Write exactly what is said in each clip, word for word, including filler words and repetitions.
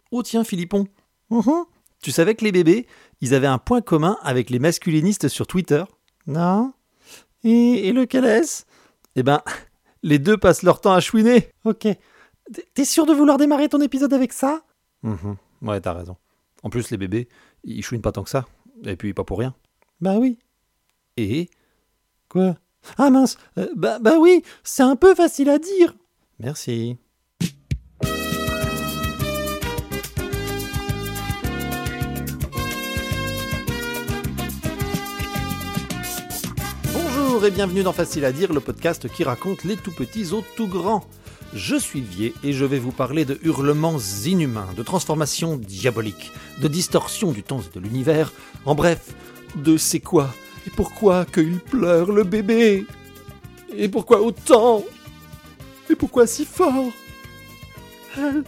Oh tiens, Philippon, uhum. Tu savais que les bébés, ils avaient un point commun avec les masculinistes sur Twitter? Non. Et, et lequel est-ce? Eh ben, les deux passent leur temps à chouiner. Ok. T'es sûr de vouloir démarrer ton épisode avec ça? Mmh. Ouais, t'as raison. En plus, les bébés, ils chouinent pas tant que ça. Et puis, pas pour rien. Bah oui. Et? Quoi? Ah mince, euh, bah, bah oui, c'est un peu facile à dire. Merci. Bonjour et bienvenue dans Facile à dire, le podcast qui raconte les tout petits aux tout grands. Je suis Vier et je vais vous parler de hurlements inhumains, de transformations diaboliques, de distorsions du temps et de l'univers, en bref, de c'est quoi et pourquoi qu'il pleure le bébé? Et pourquoi autant? Et pourquoi si fort? Help!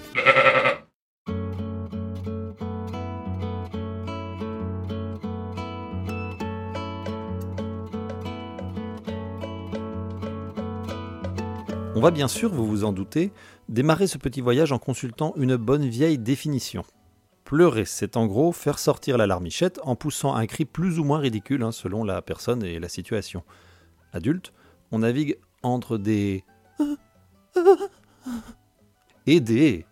On va bien sûr, vous vous en doutez, démarrer ce petit voyage en consultant une bonne vieille définition. Pleurer, c'est en gros faire sortir la larmichette en poussant un cri plus ou moins ridicule hein, selon la personne et la situation. Adulte, on navigue entre des et des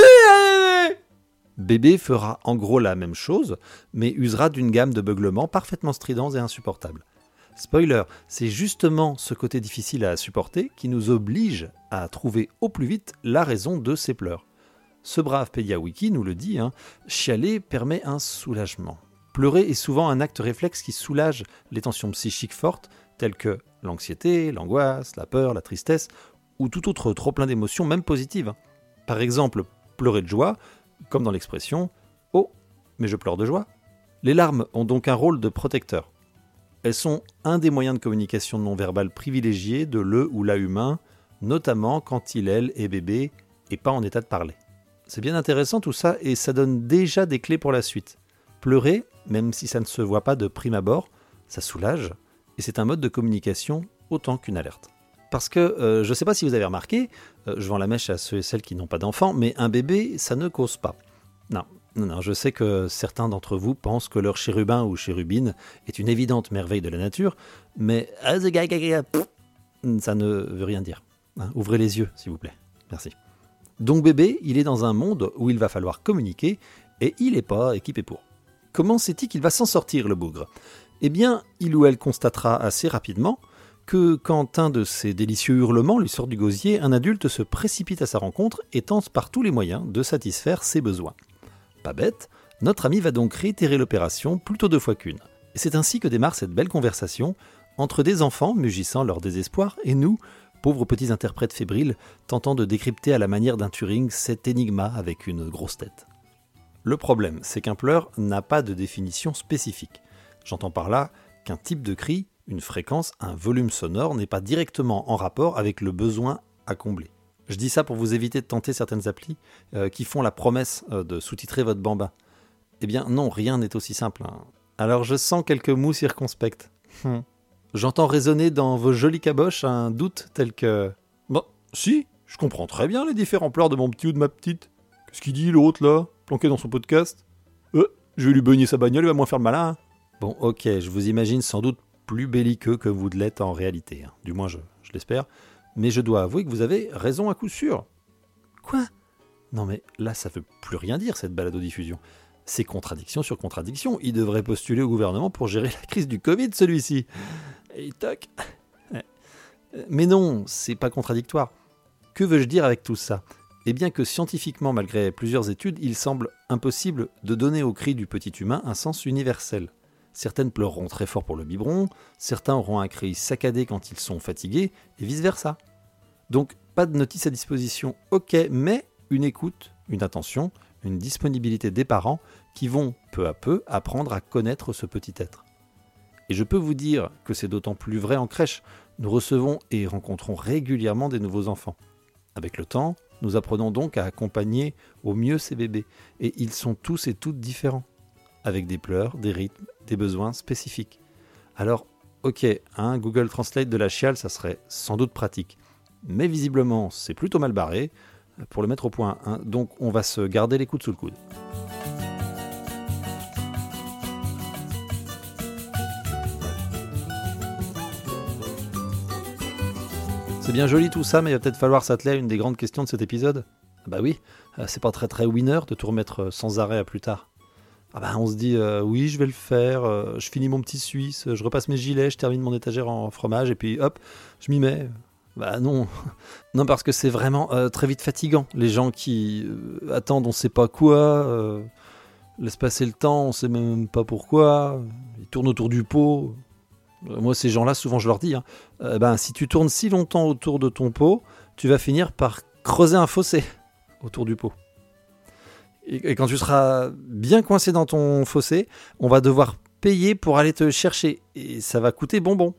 bébé fera en gros la même chose, mais usera d'une gamme de beuglements parfaitement stridents et insupportables. Spoiler, c'est justement ce côté difficile à supporter qui nous oblige à trouver au plus vite la raison de ces pleurs. Ce brave PédiaWiki nous le dit, hein, chialer permet un soulagement. Pleurer est souvent un acte réflexe qui soulage les tensions psychiques fortes, telles que l'anxiété, l'angoisse, la peur, la tristesse, ou tout autre trop-plein d'émotions, même positives. Par exemple, pleurer de joie, comme dans l'expression « Oh, mais je pleure de joie ». Les larmes ont donc un rôle de protecteur. Elles sont un des moyens de communication non verbale privilégiés de le ou la humain, notamment quand il, elle, est bébé et pas en état de parler. C'est bien intéressant tout ça et ça donne déjà des clés pour la suite. Pleurer, même si ça ne se voit pas de prime abord, ça soulage et c'est un mode de communication autant qu'une alerte. Parce que, euh, je ne sais pas si vous avez remarqué, euh, je vends la mèche à ceux et celles qui n'ont pas d'enfants, mais un bébé, ça ne cause pas. Non, non, non, je sais que certains d'entre vous pensent que leur chérubin ou chérubine est une évidente merveille de la nature, mais ça ne veut rien dire. Hein, ouvrez les yeux, s'il vous plaît. Merci. Donc bébé, il est dans un monde où il va falloir communiquer et il n'est pas équipé pour. Comment sait-il qu'il va s'en sortir, le bougre? Eh bien, il ou elle constatera assez rapidement que quand un de ces délicieux hurlements lui sort du gosier, un adulte se précipite à sa rencontre et tente par tous les moyens de satisfaire ses besoins. Pas bête, notre ami va donc réitérer l'opération plutôt deux fois qu'une. Et c'est ainsi que démarre cette belle conversation entre des enfants mugissant leur désespoir et nous, pauvres petits interprètes fébriles, tentant de décrypter à la manière d'un Turing cet énigma avec une grosse tête. Le problème, c'est qu'un pleur n'a pas de définition spécifique. J'entends par là qu'un type de cri, une fréquence, un volume sonore n'est pas directement en rapport avec le besoin à combler. Je dis ça pour vous éviter de tenter certaines applis euh, qui font la promesse euh, de sous-titrer votre bambin. Eh bien non, rien n'est aussi simple. Hein. Alors je sens quelques mots circonspects. Hum. J'entends résonner dans vos jolies caboches un doute tel que... Bon, si, je comprends très bien les différents pleurs de mon petit ou de ma petite. Qu'est-ce qu'il dit l'autre là, planqué dans son podcast? Euh, je vais lui beugner sa bagnole, il va moins faire le malin. Hein. Bon, ok, je vous imagine sans doute plus belliqueux que vous l'êtes en réalité. Hein. Du moins, je, je l'espère. Mais je dois avouer que vous avez raison à coup sûr. Quoi? Non mais là, ça veut plus rien dire, cette balado-diffusion. C'est contradiction sur contradiction. Il devrait postuler au gouvernement pour gérer la crise du Covid, celui-ci. Et toc. Mais non, c'est pas contradictoire. Que veux-je dire avec tout ça? Eh bien que scientifiquement, malgré plusieurs études, il semble impossible de donner au cri du petit humain un sens universel. Certaines pleureront très fort pour le biberon, certains auront un cri saccadé quand ils sont fatigués, et vice-versa. Donc, pas de notice à disposition, ok, mais une écoute, une attention, une disponibilité des parents qui vont, peu à peu, apprendre à connaître ce petit être. Et je peux vous dire que c'est d'autant plus vrai en crèche. Nous recevons et rencontrons régulièrement des nouveaux enfants. Avec le temps, nous apprenons donc à accompagner au mieux ces bébés, et ils sont tous et toutes différents, avec des pleurs, des rythmes, des besoins spécifiques. Alors, ok, hein, Google Translate de la chiale, ça serait sans doute pratique. Mais visiblement, c'est plutôt mal barré. pour le mettre au point. Hein. Donc on va se garder les coudes sous le coude. C'est bien joli tout ça, mais il va peut-être falloir s'atteler à une des grandes questions de cet épisode. Ah bah oui, c'est pas très très winner de tout remettre sans arrêt à plus tard. Ah bah on se dit, euh, oui je vais le faire, euh, je finis mon petit Suisse, je repasse mes gilets, je termine mon étagère en fromage, et puis hop, je m'y mets. Bah non, non parce que c'est vraiment euh, très vite fatigant. Les gens qui euh, attendent on sait pas quoi, euh, laissent passer le temps, on sait même pas pourquoi, ils tournent autour du pot. Moi, ces gens-là, souvent, je leur dis, hein, euh, ben, si tu tournes si longtemps autour de ton pot, tu vas finir par creuser un fossé autour du pot. Et, et quand tu seras bien coincé dans ton fossé, on va devoir payer pour aller te chercher. Et ça va coûter bonbon.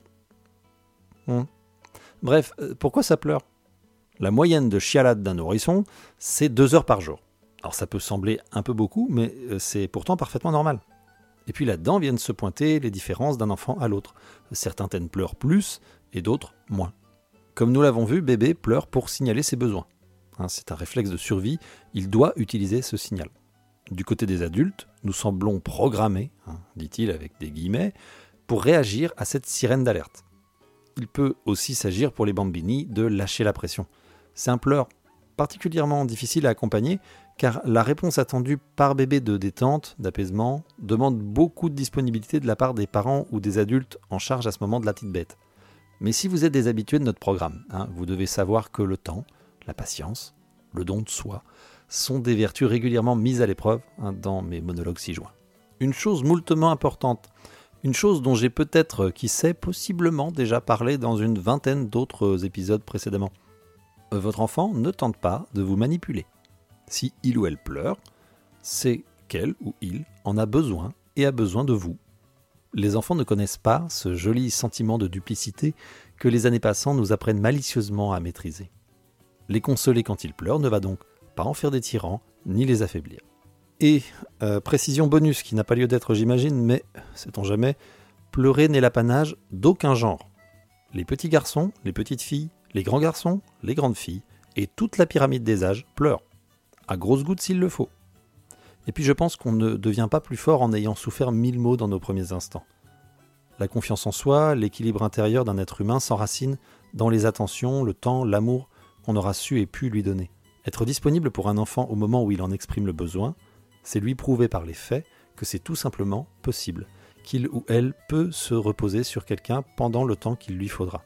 Hum. Bref, euh, pourquoi ça pleure ? La moyenne de chialade d'un nourrisson, c'est deux heures par jour. Alors ça peut sembler un peu beaucoup, mais euh, c'est pourtant parfaitement normal. Et puis là-dedans viennent se pointer les différences d'un enfant à l'autre. Certains pleurent plus et d'autres moins. Comme nous l'avons vu, bébé pleure pour signaler ses besoins. Hein, c'est un réflexe de survie, il doit utiliser ce signal. Du côté des adultes, nous semblons programmés, hein, dit-il avec des guillemets, pour réagir à cette sirène d'alerte. Il peut aussi s'agir pour les bambini de lâcher la pression. C'est un pleur particulièrement difficile à accompagner, car la réponse attendue par bébé de détente, d'apaisement, demande beaucoup de disponibilité de la part des parents ou des adultes en charge à ce moment de la petite bête. Mais si vous êtes des habitués de notre programme, hein, vous devez savoir que le temps, la patience, le don de soi, sont des vertus régulièrement mises à l'épreuve hein, dans mes monologues ci-joints. Une chose moultement importante, une chose dont j'ai peut-être, qui sait, possiblement déjà parlé dans une vingtaine d'autres épisodes précédemment. Votre enfant ne tente pas de vous manipuler. Si il ou elle pleure, c'est qu'elle ou il en a besoin et a besoin de vous. Les enfants ne connaissent pas ce joli sentiment de duplicité que les années passant nous apprennent malicieusement à maîtriser. Les consoler quand ils pleurent ne va donc pas en faire des tyrans ni les affaiblir. Et, euh, précision bonus qui n'a pas lieu d'être j'imagine, mais sait-on jamais, pleurer n'est l'apanage d'aucun genre. Les petits garçons, les petites filles, les grands garçons, les grandes filles et toute la pyramide des âges pleurent. À grosses gouttes s'il le faut. Et puis je pense qu'on ne devient pas plus fort en ayant souffert mille maux dans nos premiers instants. La confiance en soi, l'équilibre intérieur d'un être humain s'enracine dans les attentions, le temps, l'amour qu'on aura su et pu lui donner. Être disponible pour un enfant au moment où il en exprime le besoin, c'est lui prouver par les faits que c'est tout simplement possible, qu'il ou elle peut se reposer sur quelqu'un pendant le temps qu'il lui faudra.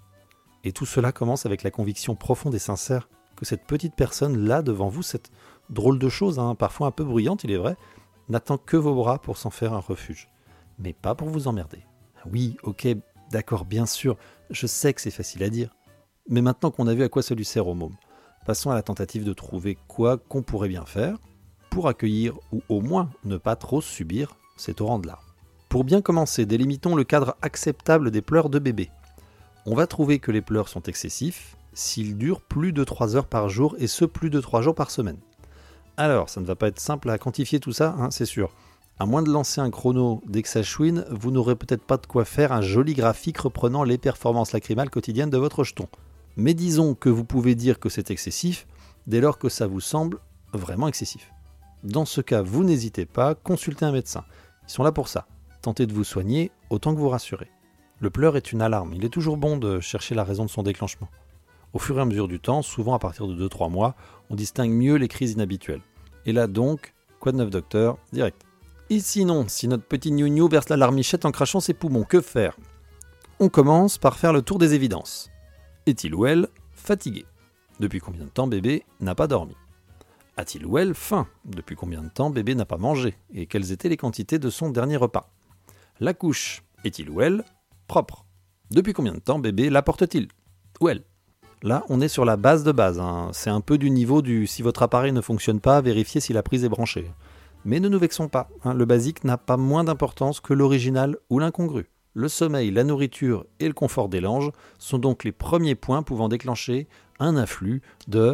Et tout cela commence avec la conviction profonde et sincère que cette petite personne là devant vous, cette drôle de chose, hein, parfois un peu bruyante il est vrai, n'attend que vos bras pour s'en faire un refuge. Mais pas pour vous emmerder. Oui, ok, d'accord, bien sûr, je sais que c'est facile à dire. Mais maintenant qu'on a vu à quoi ça lui sert au môme, passons à la tentative de trouver quoi qu'on pourrait bien faire pour accueillir ou au moins ne pas trop subir ces torrents de larmes. Pour bien commencer, délimitons le cadre acceptable des pleurs de bébé. On va trouver que les pleurs sont excessifs s'ils durent plus de trois heures par jour et ce plus de trois jours par semaine. Alors, ça ne va pas être simple à quantifier tout ça, hein, c'est sûr. À moins de lancer un chrono dès que ça chouine, vous n'aurez peut-être pas de quoi faire un joli graphique reprenant les performances lacrymales quotidiennes de votre jeton. Mais disons que vous pouvez dire que c'est excessif dès lors que ça vous semble vraiment excessif. Dans ce cas, vous n'hésitez pas, consultez un médecin. Ils sont là pour ça. Tentez de vous soigner autant que vous rassurez. Le pleur est une alarme, il est toujours bon de chercher la raison de son déclenchement. Au fur et à mesure du temps, souvent à partir de deux à trois mois, on distingue mieux les crises inhabituelles. Et là donc, quoi de neuf docteur, direct. Et sinon, si notre petit gnou-gnou verse la larmichette en crachant ses poumons, que faire ? On commence par faire le tour des évidences. Est-il ou elle fatigué ? Depuis combien de temps bébé n'a pas dormi ? A-t-il ou elle faim ? Depuis combien de temps bébé n'a pas mangé ? Et quelles étaient les quantités de son dernier repas ? La couche, est-il ou elle propre ? Depuis combien de temps bébé la porte-t-il ? Ou elle ? Là, on est sur la base de base. Hein. C'est un peu du niveau du « si votre appareil ne fonctionne pas, vérifiez si la prise est branchée ». Mais ne nous vexons pas. Hein. Le basique n'a pas moins d'importance que l'original ou l'incongru. Le sommeil, la nourriture et le confort des langes sont donc les premiers points pouvant déclencher un afflux de...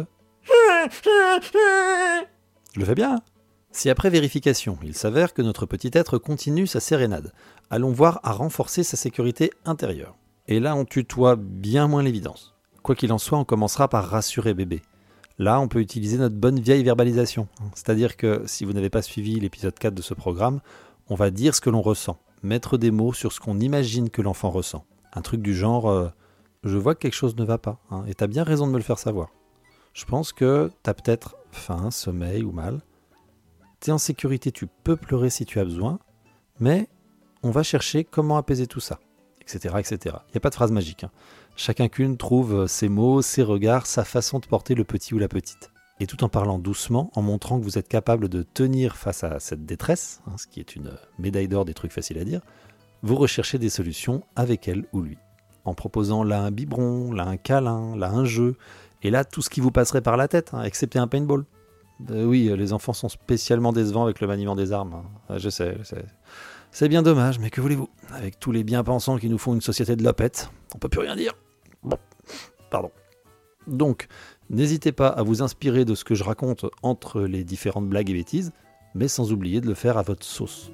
Je le fais bien. Si après vérification, il s'avère que notre petit être continue sa sérénade, allons voir à renforcer sa sécurité intérieure. Et là, on tutoie bien moins l'évidence. Quoi qu'il en soit, on commencera par rassurer bébé. Là, on peut utiliser notre bonne vieille verbalisation. C'est-à-dire que si vous n'avez pas suivi l'épisode quatre de ce programme, on va dire ce que l'on ressent, mettre des mots sur ce qu'on imagine que l'enfant ressent. Un truc du genre euh, « je vois que quelque chose ne va pas, hein, et t'as bien raison de me le faire savoir. Je pense que t'as peut-être faim, sommeil ou mal. T'es en sécurité, tu peux pleurer si tu as besoin, mais on va chercher comment apaiser tout ça, et cetera et cetera. Il n'y a pas de phrase magique. Hein. Chacun qu'une trouve ses mots, ses regards, sa façon de porter le petit ou la petite. Et tout en parlant doucement, en montrant que vous êtes capable de tenir face à cette détresse, hein, ce qui est une médaille d'or des trucs faciles à dire, vous recherchez des solutions avec elle ou lui. En proposant là un biberon, là un câlin, là un jeu, et là tout ce qui vous passerait par la tête, hein, excepté un paintball. Euh, oui, les enfants sont spécialement décevants avec le maniement des armes. Hein. Je sais, je sais. C'est bien dommage, mais que voulez-vous? Avec tous les bien-pensants qui nous font une société de lopettes, on peut plus rien dire. Bon, pardon. Donc, n'hésitez pas à vous inspirer de ce que je raconte entre les différentes blagues et bêtises, mais sans oublier de le faire à votre sauce.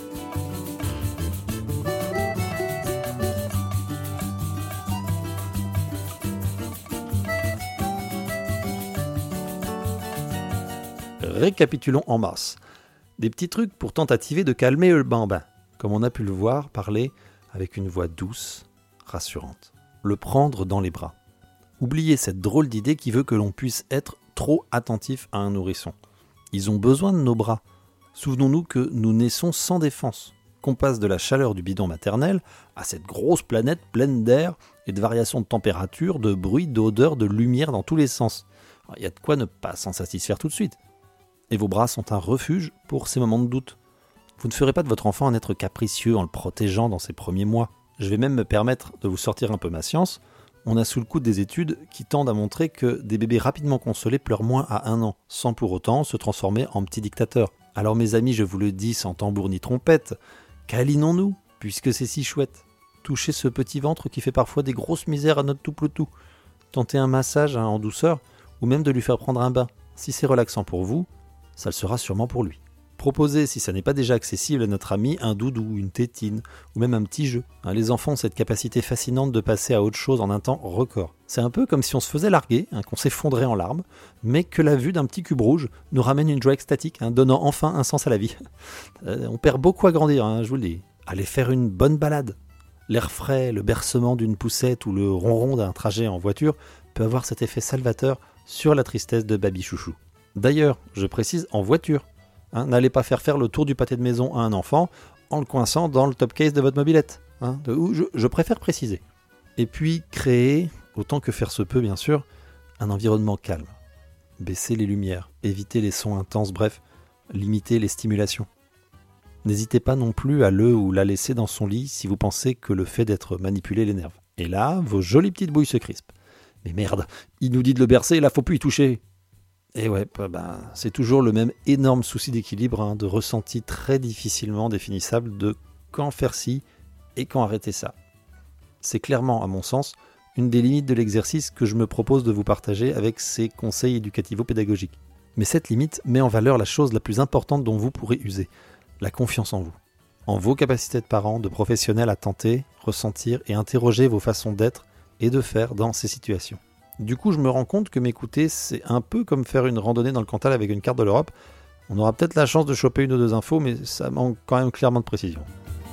Récapitulons en masse. Des petits trucs pour tentativer de calmer le bambin, comme on a pu le voir parler avec une voix douce, rassurante. Le prendre dans les bras. Oubliez cette drôle d'idée qui veut que l'on puisse être trop attentif à un nourrisson. Ils ont besoin de nos bras. Souvenons-nous que nous naissons sans défense, qu'on passe de la chaleur du bidon maternel à cette grosse planète pleine d'air et de variations de température, de bruit, d'odeur, de lumière dans tous les sens. Il y a de quoi ne pas s'en satisfaire tout de suite. Et vos bras sont un refuge pour ces moments de doute. Vous ne ferez pas de votre enfant un être capricieux en le protégeant dans ses premiers mois. Je vais même me permettre de vous sortir un peu ma science. On a sous le coude des études qui tendent à montrer que des bébés rapidement consolés pleurent moins à un an, sans pour autant se transformer en petits dictateurs. Alors mes amis, je vous le dis sans tambour ni trompette, câlinons-nous, puisque c'est si chouette. Touchez ce petit ventre qui fait parfois des grosses misères à notre tout ploutou. Tentez un massage hein, en douceur, ou même de lui faire prendre un bain. Si c'est relaxant pour vous, ça le sera sûrement pour lui. Proposez, si ça n'est pas déjà accessible à notre ami, un doudou, une tétine, ou même un petit jeu. Hein, les enfants ont cette capacité fascinante de passer à autre chose en un temps record. C'est un peu comme si on se faisait larguer, hein, qu'on s'effondrait en larmes, mais que la vue d'un petit cube rouge nous ramène une joie extatique, hein, donnant enfin un sens à la vie. Euh, on perd beaucoup à grandir, hein, je vous le dis. Allez faire une bonne balade. L'air frais, le bercement d'une poussette ou le ronron d'un trajet en voiture peut avoir cet effet salvateur sur la tristesse de Baby Chouchou. D'ailleurs, je précise en voiture. Hein, n'allez pas faire faire le tour du pâté de maison à un enfant en le coinçant dans le top case de votre mobilette. Hein, de, je, je préfère préciser. Et puis, créer, autant que faire se peut bien sûr, un environnement calme. Baisser les lumières, éviter les sons intenses, bref, limiter les stimulations. N'hésitez pas non plus à le ou la laisser dans son lit si vous pensez que le fait d'être manipulé l'énerve. Et là, vos jolies petites bouilles se crispent. Mais merde, il nous dit de le bercer, là faut plus y toucher. Et ouais, bah, bah, c'est toujours le même énorme souci d'équilibre, hein, de ressenti très difficilement définissable de quand faire ci et quand arrêter ça. C'est clairement, à mon sens, une des limites de l'exercice que je me propose de vous partager avec ces conseils éducativo-pédagogiques. Mais cette limite met en valeur la chose la plus importante dont vous pourrez user, la confiance en vous, en vos capacités de parents, de professionnels à tenter, ressentir et interroger vos façons d'être et de faire dans ces situations. Du coup, je me rends compte que m'écouter, c'est un peu comme faire une randonnée dans le Cantal avec une carte de l'Europe. On aura peut-être la chance de choper une ou deux infos, mais ça manque quand même clairement de précision.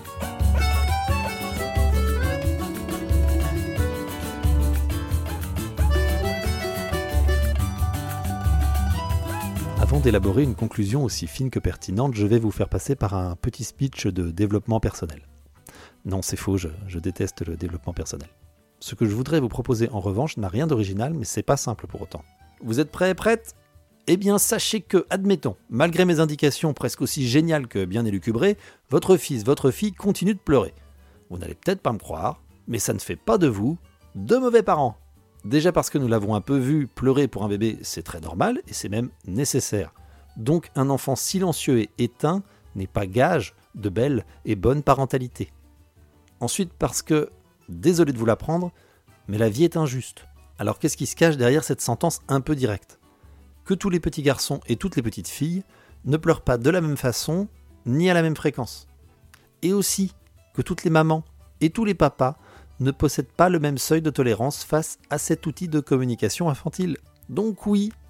Avant d'élaborer une conclusion aussi fine que pertinente, je vais vous faire passer par un petit speech de développement personnel. Non, c'est faux, je, je déteste le développement personnel. Ce que je voudrais vous proposer en revanche n'a rien d'original, mais c'est pas simple pour autant. Vous êtes prêts, prêtes ? Eh bien, sachez que, admettons, malgré mes indications presque aussi géniales que bien élucubrées, votre fils, votre fille continue de pleurer. Vous n'allez peut-être pas me croire, mais ça ne fait pas de vous de mauvais parents. Déjà parce que nous l'avons un peu vu, pleurer pour un bébé, c'est très normal et c'est même nécessaire. Donc, un enfant silencieux et éteint n'est pas gage de belle et bonne parentalité. Ensuite, parce que désolé de vous l'apprendre, mais la vie est injuste. Alors qu'est-ce qui se cache derrière cette sentence un peu directe ? Que tous les petits garçons et toutes les petites filles ne pleurent pas de la même façon, ni à la même fréquence. Et aussi que toutes les mamans et tous les papas ne possèdent pas le même seuil de tolérance face à cet outil de communication infantile. Donc oui,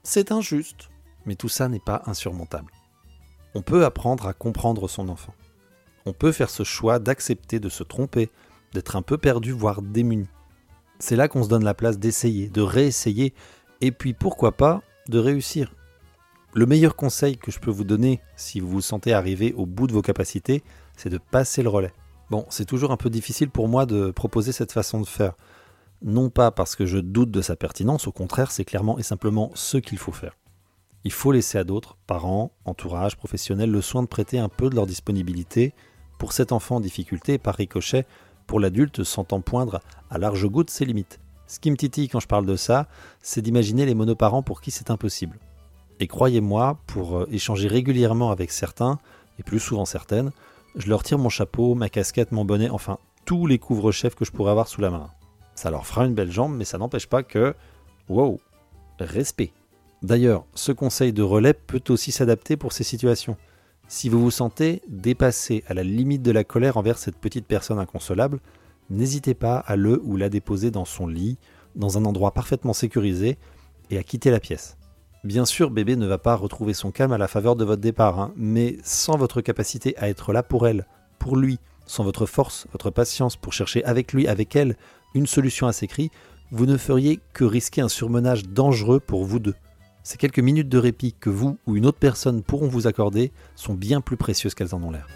C'est injuste, mais tout ça n'est pas insurmontable. On peut apprendre à comprendre son enfant. On peut faire ce choix d'accepter de se tromper, d'être un peu perdu, voire démuni. C'est là qu'on se donne la place d'essayer, de réessayer, et puis pourquoi pas, de réussir. Le meilleur conseil que je peux vous donner, si vous vous sentez arriver au bout de vos capacités, c'est de passer le relais. Bon, c'est toujours un peu difficile pour moi de proposer cette façon de faire. Non pas parce que je doute de sa pertinence, au contraire, c'est clairement et simplement ce qu'il faut faire. Il faut laisser à d'autres, parents, entourage, professionnels, le soin de prêter un peu de leur disponibilité pour cet enfant en difficulté et par ricochet, pour l'adulte sentant poindre à large goutte ses limites. Ce qui me titille quand je parle de ça, c'est d'imaginer les monoparents pour qui c'est impossible. Et croyez-moi, pour échanger régulièrement avec certains, et plus souvent certaines, je leur tire mon chapeau, ma casquette, mon bonnet, enfin tous les couvre-chefs que je pourrais avoir sous la main. Ça leur fera une belle jambe, mais ça n'empêche pas que... Wow, respect. D'ailleurs, ce conseil de relais peut aussi s'adapter pour ces situations. Si vous vous sentez dépassé à la limite de la colère envers cette petite personne inconsolable, n'hésitez pas à le ou la déposer dans son lit, dans un endroit parfaitement sécurisé, et à quitter la pièce. Bien sûr, bébé ne va pas retrouver son calme à la faveur de votre départ, hein, mais sans votre capacité à être là pour elle, pour lui, sans votre force, votre patience pour chercher avec lui, avec elle, une solution à ses cris, vous ne feriez que risquer un surmenage dangereux pour vous deux. Ces quelques minutes de répit que vous ou une autre personne pourront vous accorder sont bien plus précieuses qu'elles en ont l'air.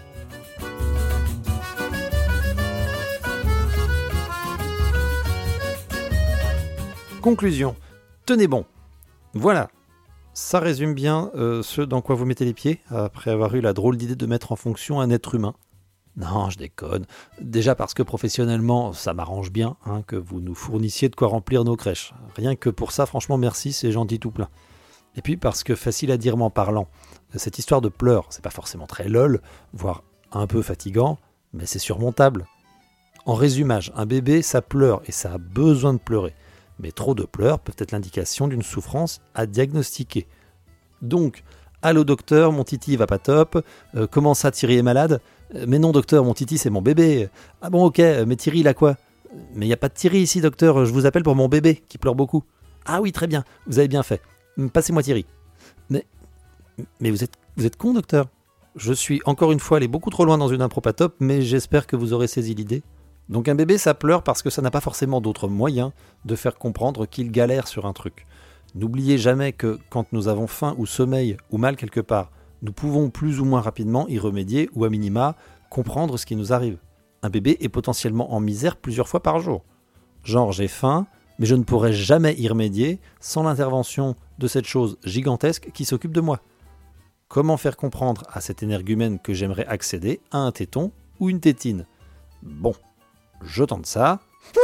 Conclusion. Tenez bon. Voilà. Ça résume bien euh, ce dans quoi vous mettez les pieds, après avoir eu la drôle d'idée de mettre en fonction un être humain. Non, je déconne. Déjà parce que professionnellement, ça m'arrange bien hein, que vous nous fournissiez de quoi remplir nos crèches. Rien que pour ça, franchement, merci, c'est gentil tout plein. Et puis parce que facile à dire en parlant, cette histoire de pleurs, c'est pas forcément très lol, voire un peu fatigant, mais c'est surmontable. En résumage, un bébé, ça pleure et ça a besoin de pleurer. Mais trop de pleurs peuvent être l'indication d'une souffrance à diagnostiquer. Donc, allô docteur, mon titi va pas top, euh, comment ça Thierry est malade ? euh, Mais non docteur, mon titi c'est mon bébé. Ah bon ok, mais Thierry il a quoi ? Mais il n'y a pas de Thierry ici docteur, je vous appelle pour mon bébé qui pleure beaucoup. Ah oui très bien, vous avez bien fait. Passez-moi Thierry. Mais, mais vous êtes, vous êtes con docteur ? Je suis encore une fois allé beaucoup trop loin dans une impro pas top, mais j'espère que vous aurez saisi l'idée. Donc un bébé ça pleure parce que ça n'a pas forcément d'autres moyens de faire comprendre qu'il galère sur un truc. N'oubliez jamais que quand nous avons faim ou sommeil ou mal quelque part, nous pouvons plus ou moins rapidement y remédier ou à minima comprendre ce qui nous arrive. Un bébé est potentiellement en misère plusieurs fois par jour. Genre j'ai faim, mais je ne pourrai jamais y remédier sans l'intervention de cette chose gigantesque qui s'occupe de moi. Comment faire comprendre à cet énergumène que j'aimerais accéder à un téton ou une tétine ? Bon, je tente ça.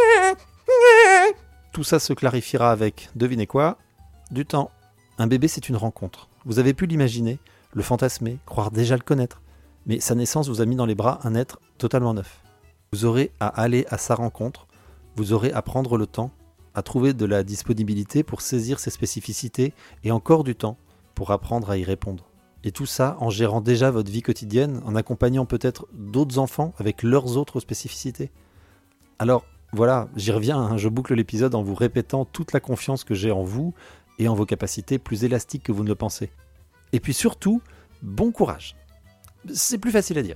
Tout ça se clarifiera avec, devinez quoi ? Du temps. Un bébé, c'est une rencontre. Vous avez pu l'imaginer, le fantasmer, croire déjà le connaître. Mais sa naissance vous a mis dans les bras un être totalement neuf. Vous aurez à aller à sa rencontre, vous aurez à prendre le temps, à trouver de la disponibilité pour saisir ses spécificités et encore du temps pour apprendre à y répondre. Et tout ça en gérant déjà votre vie quotidienne, en accompagnant peut-être d'autres enfants avec leurs autres spécificités. Alors voilà, j'y reviens, hein, je boucle l'épisode en vous répétant toute la confiance que j'ai en vous et en vos capacités plus élastiques que vous ne le pensez. Et puis surtout, bon courage. C'est plus facile à dire.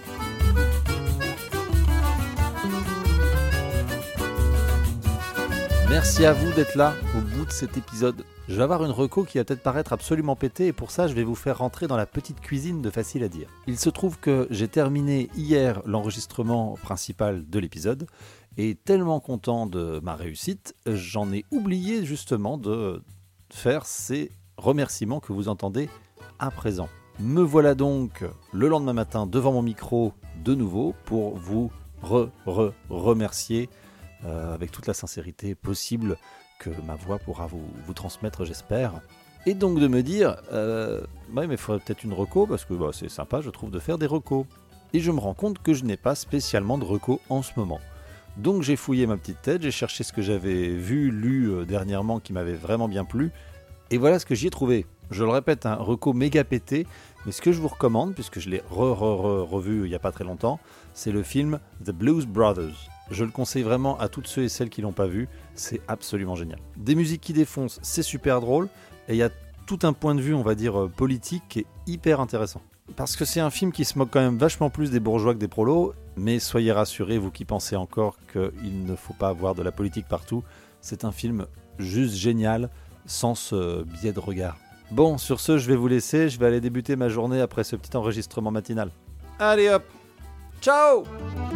Merci à vous d'être là au bout de cet épisode. Je vais avoir une reco qui va peut-être paraître absolument pétée et pour ça je vais vous faire rentrer dans la petite cuisine de Facile à dire. Il se trouve que j'ai terminé hier l'enregistrement principal de l'épisode et tellement content de ma réussite, j'en ai oublié justement de faire ces remerciements que vous entendez à présent. Me voilà donc le lendemain matin devant mon micro de nouveau pour vous re-re-remercier Euh, avec toute la sincérité possible que ma voix pourra vous, vous transmettre, j'espère. Et donc de me dire, euh, ouais, mais il faudrait peut-être une reco, parce que bah, c'est sympa, je trouve, de faire des recos. Et je me rends compte que je n'ai pas spécialement de reco en ce moment. Donc j'ai fouillé ma petite tête, j'ai cherché ce que j'avais vu, lu euh, dernièrement qui m'avait vraiment bien plu. Et voilà ce que j'y ai trouvé. Je le répète, un reco méga pété, mais ce que je vous recommande, puisque je l'ai re-re-re-revu il n'y a pas très longtemps, c'est le film The Blues Brothers. Je le conseille vraiment à toutes ceux et celles qui l'ont pas vu, c'est absolument génial. Des musiques qui défoncent, c'est super drôle, Et il y a tout un point de vue, on va dire, euh, politique qui est hyper intéressant. Parce que c'est un film qui se moque quand même vachement plus des bourgeois que des prolos, mais soyez rassurés, vous qui pensez encore qu'il ne faut pas avoir de la politique partout, c'est un film juste génial, sans ce biais de regard. Bon, sur ce, je vais vous laisser, je vais aller débuter ma journée après ce petit enregistrement matinal. Allez hop, ciao!